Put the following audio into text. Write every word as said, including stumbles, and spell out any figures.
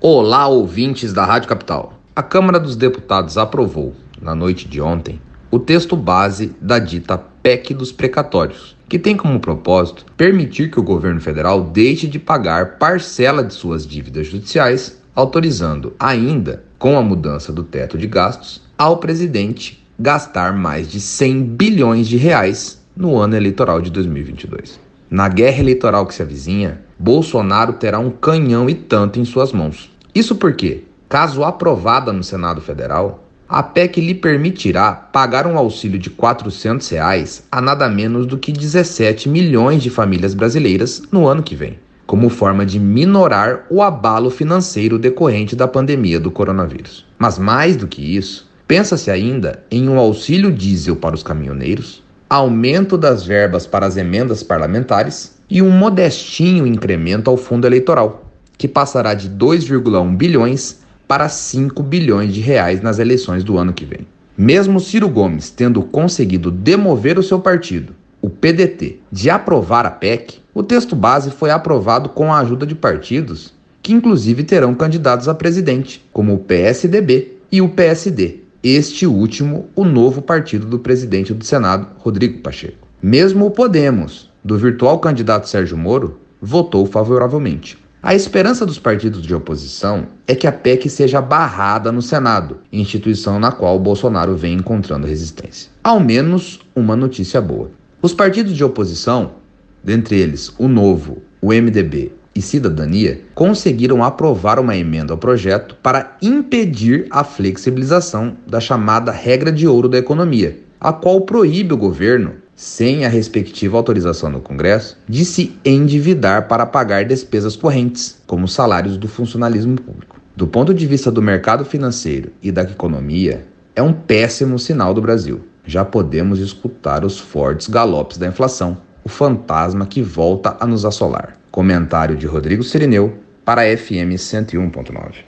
Olá, ouvintes da Rádio Capital. A Câmara dos Deputados aprovou, na noite de ontem, o texto base da dita P E C dos precatórios, que tem como propósito permitir que o governo federal deixe de pagar parcela de suas dívidas judiciais, autorizando ainda, com a mudança do teto de gastos, ao presidente gastar mais de cem bilhões de reais no ano eleitoral de dois mil e vinte e dois. Na guerra eleitoral que se avizinha, Bolsonaro terá um canhão e tanto em suas mãos. Isso porque, caso aprovada no Senado Federal, a P E C lhe permitirá pagar um auxílio de quatrocentos reais a nada menos do que dezessete milhões de famílias brasileiras no ano que vem, como forma de minorar o abalo financeiro decorrente da pandemia do coronavírus. Mas mais do que isso, pensa-se ainda em um auxílio diesel para os caminhoneiros, aumento das verbas para as emendas parlamentares e um modestinho incremento ao fundo eleitoral, que passará de dois vírgula um bilhões para cinco bilhões de reais nas eleições do ano que vem. Mesmo Ciro Gomes tendo conseguido demover o seu partido, o P D T, de aprovar a P E C, o texto base foi aprovado com a ajuda de partidos que inclusive terão candidatos a presidente, como o P S D B e o P S D. Este último, o novo partido do presidente do Senado, Rodrigo Pacheco. Mesmo o Podemos, do virtual candidato Sérgio Moro, votou favoravelmente. A esperança dos partidos de oposição é que a P E C seja barrada no Senado, instituição na qual Bolsonaro vem encontrando resistência. Ao menos uma notícia boa. Os partidos de oposição, dentre eles o Novo, o M D B e Cidadania, conseguiram aprovar uma emenda ao projeto para impedir a flexibilização da chamada regra de ouro da economia, a qual proíbe o governo, sem a respectiva autorização do Congresso, de se endividar para pagar despesas correntes, como salários do funcionalismo público. Do ponto de vista do mercado financeiro e da economia, é um péssimo sinal do Brasil. Já podemos escutar os fortes galopes da inflação, o fantasma que volta a nos assolar. Comentário de Rodrigo Cirineu para a F M cento e um ponto nove.